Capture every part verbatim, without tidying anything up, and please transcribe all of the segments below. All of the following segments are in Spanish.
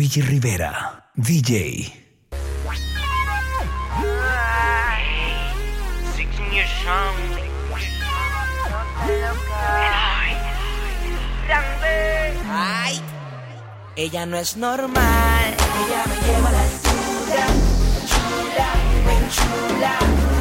Richie Rivera, D J. Ay, ella no es normal. Ella me lleva a la altura. Chula, ven chula.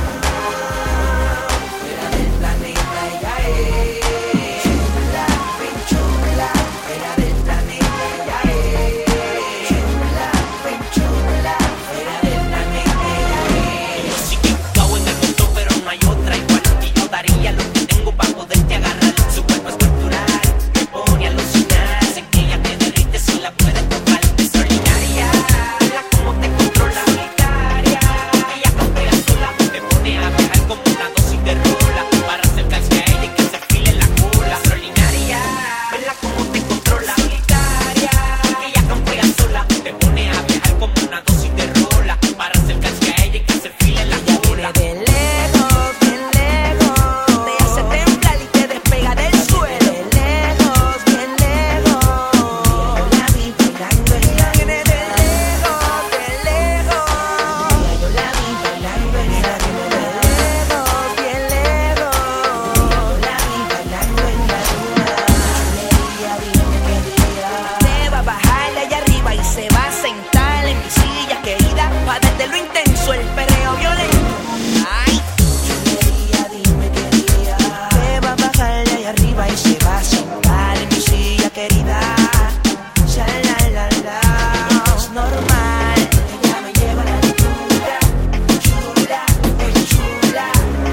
Fuera del planeta ella es. Chula, ven chula. Fuera del planeta ella es. Chula, ven chula. Fuera del planeta ella es. Yo sí que he jugado en el mundo, pero no hay otra igual. Y yo daría lo que tengo para poderte agarrar. Su cuerpo es cultural, me pone a alucinar. Sé que ella te derrite si la puedes tocar. Extraordinaria, mira cómo te controla. Solitaria, ella campea sola. Te pone a viajar como una dosis de rola. Para acercarse a ella y que se file la cola. Extraordinaria, mira cómo te controla. Solitaria, ella campea sola. Te pone a viajar como una dosis de rola. Para acercarse a ella y que se file la cola. De lejos, bien lejos, te hace temblar y te despega del suelo. De lejos, bien lejos, yo la vi bailando en la viene de lejos, de lejos, yo la vi bailando en la luna. De lejos, bien lejos, yo la vi bailando en la luna. Chulería, dime qué día. Se va a bajar allá arriba y se va a sentar en mi silla querida, pa' desde lo intenso el perreo violento. Ay, chulería, dime qué día. Se va a bajar de ahí arriba y se va a sentar en mi silla querida. Sha la la la. No es normal, ella me lleva a la altura. Chula, es chula.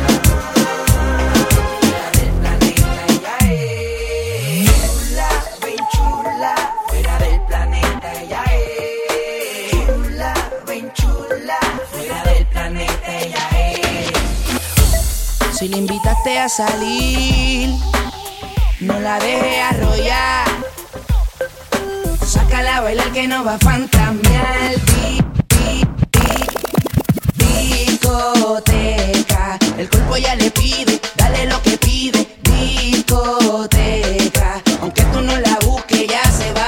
Fuera del planeta ella es. Chula, ven chula. Fuera del planeta ella es. Chula, ven chula. Fuera del planeta ella es. Si le invitaste a salir, no la dejes arrollar. Sácala a bailar que no va a fantamear. Di, di, di, discoteca. El cuerpo ya le pide, dale lo que pide. Discoteca. Aunque tú no la busques, ya se va.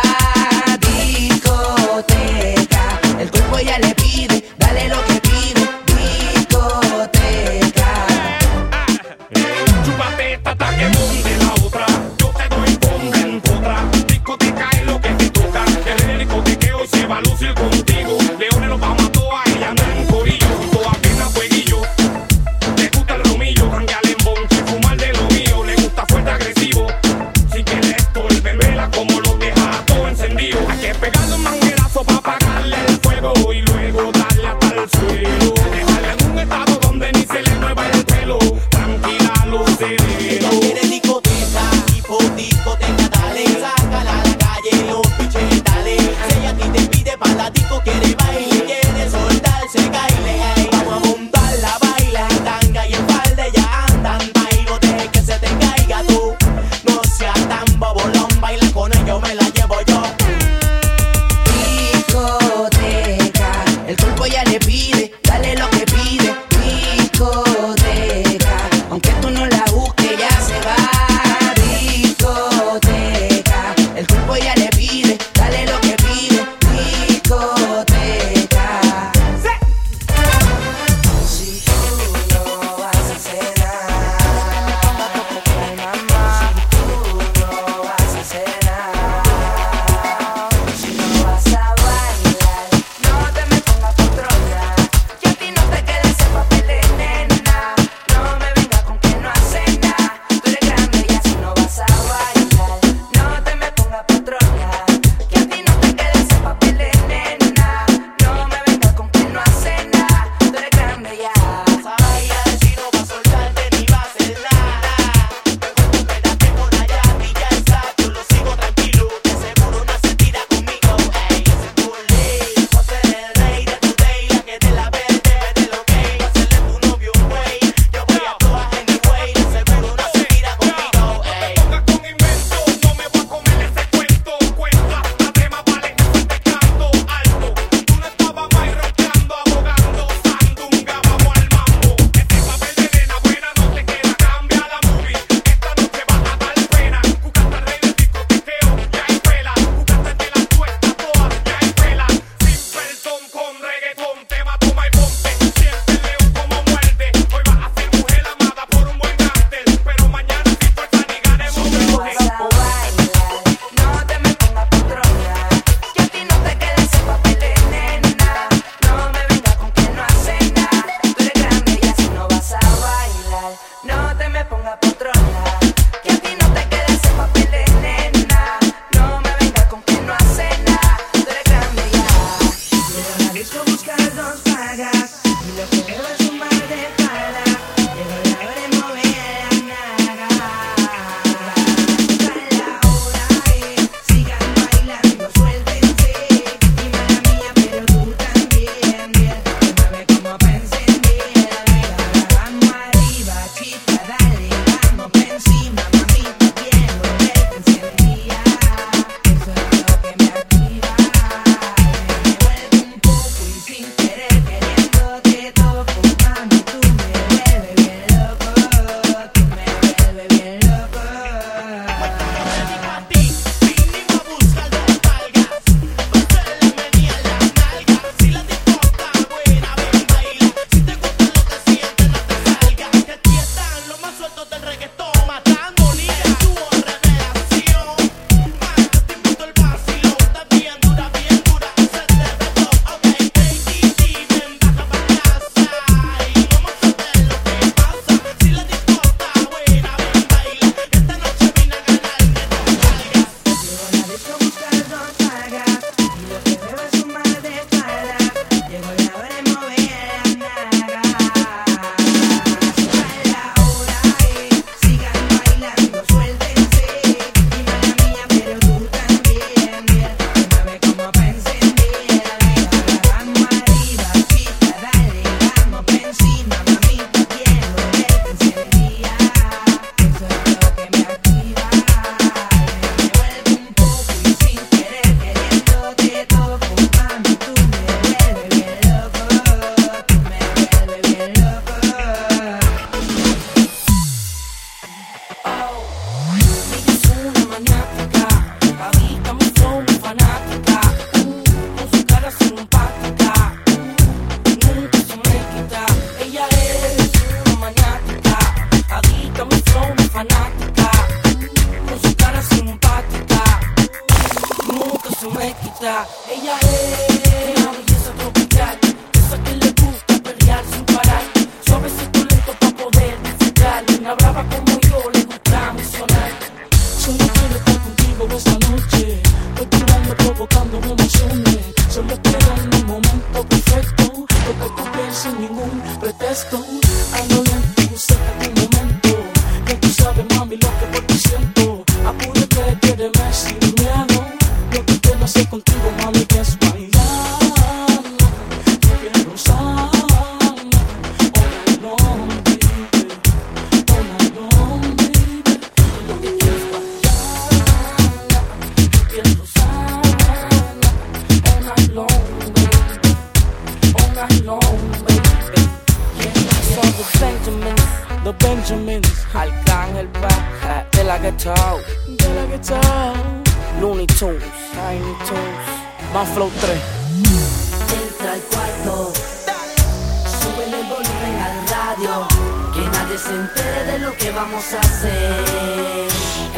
Discoteca. El cuerpo ya le pide, dale lo que pide. Discoteca. Chúpate esta hasta que monte la otra. Yo te doy bomba en contra. Discoteca es lo que te toca. El discotequeo se va a lucir contigo. Leones los vamos a todas, ella anda en corillo. Toda pena fueguillo. Le gusta el romillo, janguear en bonche, fumar de lo mío. Le gusta fuerte agresivo. Una belleza tropical, esa que le gusta perrear sin parar. Suavecito lento pa' poder disfrutar. Una brava como yo le gusta emocionar. Solo quiero estar contigo esta noche, torturando, provocando emociones. Solo quiero en un momento perfecto, porque tu piel sin ningún pretexto. Ando lento, cerca de un momento, que tú sabes, mami, lo que por ti siento. Apúrate, quédeme sin miedo. Lo que quiero hacer contigo, mami, que es bailar. Yo quiero usar all night long, baby, all night long, baby. Lo que quiero es bailar. Yo quiero usar all night long, baby, all night long, baby. Yeah, son the Benjamins, the Benjamins, Arcángel pa' de la guitar, de la guitar. Looney Tunes, Tiny Tunes, Más Flow tres. Entra al cuarto, súbele el volumen al radio, que nadie se entere de lo que vamos a hacer.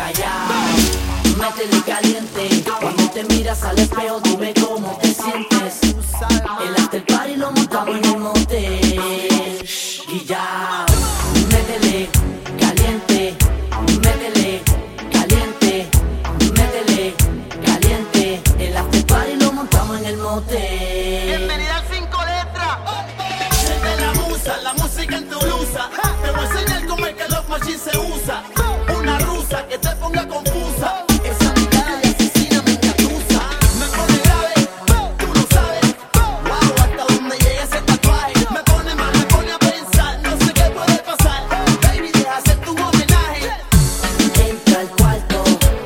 Callao, métele caliente, cuando te miras al espejo dime cómo te sientes. El after party lo montamos en el motel. Guillao, métele caliente, métele caliente, métele caliente. El after party lo montamos en el motel. Bienvenida al cinco letras. Siente la musa, la música en tu blusa. Te voy a enseñar cómo es que los machines se usa. Una rusa que te ponga confusa. Esa mirada de asesina me engatusa. Me pone grave, tú lo sabes. Wow, hasta donde llega ese tatuaje. Me pone mal, me pone a pensar. No sé qué puede pasar. Baby, deja hacer tu homenaje. Entra al cuarto,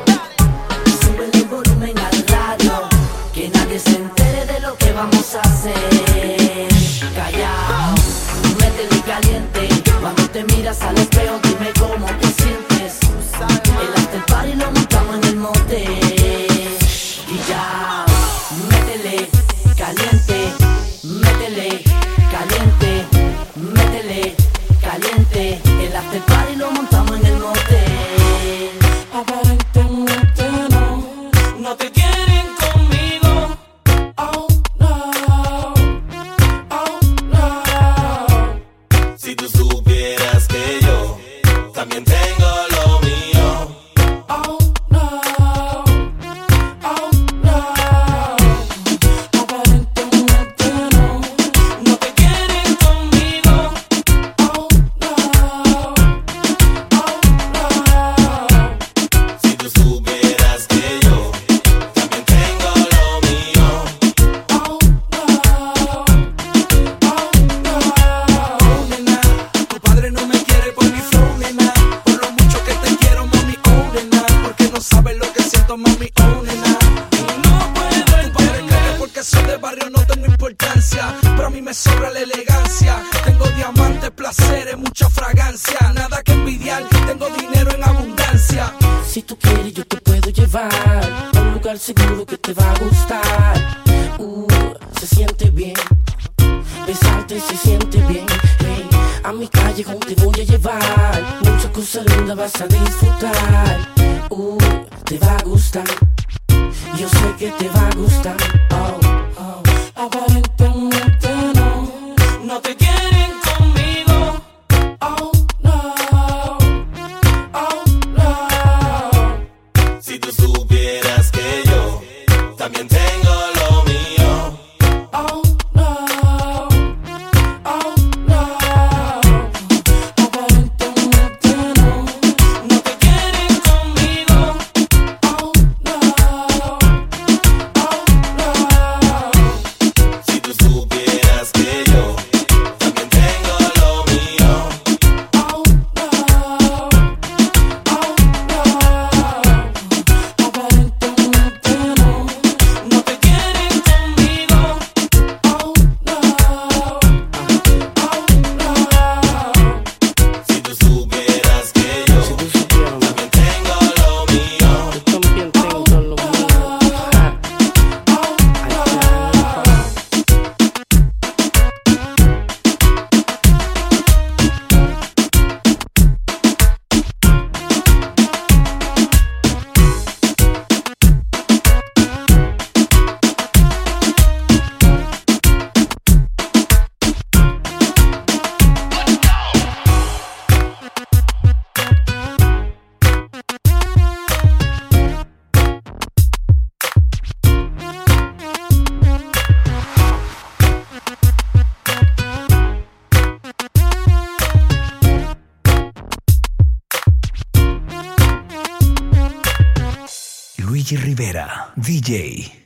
súbele el volumen al radio, que nadie se entere de lo que vamos a hacer. Callao, métele caliente, cuando te miras al espejo dime cómo te sientes. El after party lo montamos en el motel. Y ya, métele caliente, métele caliente, métele caliente. El after party lo montamos en el motel. Aparentemente no, no te quieren conmigo. Oh no, oh no. Si tú supieras que yo también tengo lo mío. Oh no, oh no. Aparentemente no, no te quieren conmigo. Oh no, oh no. Si tú supieras que yo también tengo lo mío. Oh no, oh no. Nena, tu padre no me quiere por mi flow, nena. Por lo mucho que te quiero, mami, oh, nena. Porque no sabes lo que siento, mami, oh, nena. No puedo Tu padre cree que entender. porque soy de barrio no tengo importancia, pero a mí me sobra la elegancia. Tengo diamantes, placeres, mucha fragancia. Nada que envidiar, tengo dinero en abundancia. Si tú quieres yo te puedo llevar a un lugar seguro que te va a gustar. Uh, se siente bien, besarte se siente bien. Hey, a mi callejón te voy a llevar, muchas cosas lindas vas a disfrutar. Uh, te va a gustar, yo sé que te va a gustar. Oh, oh. Aparentemente no, no te quieren conmigo. Oh no, oh no. Si tú supieras que yo también tengo lo mío. Oh no, oh no. Aparentemente no, no te quieren conmigo. Oh no, Luigi Rivera, D J.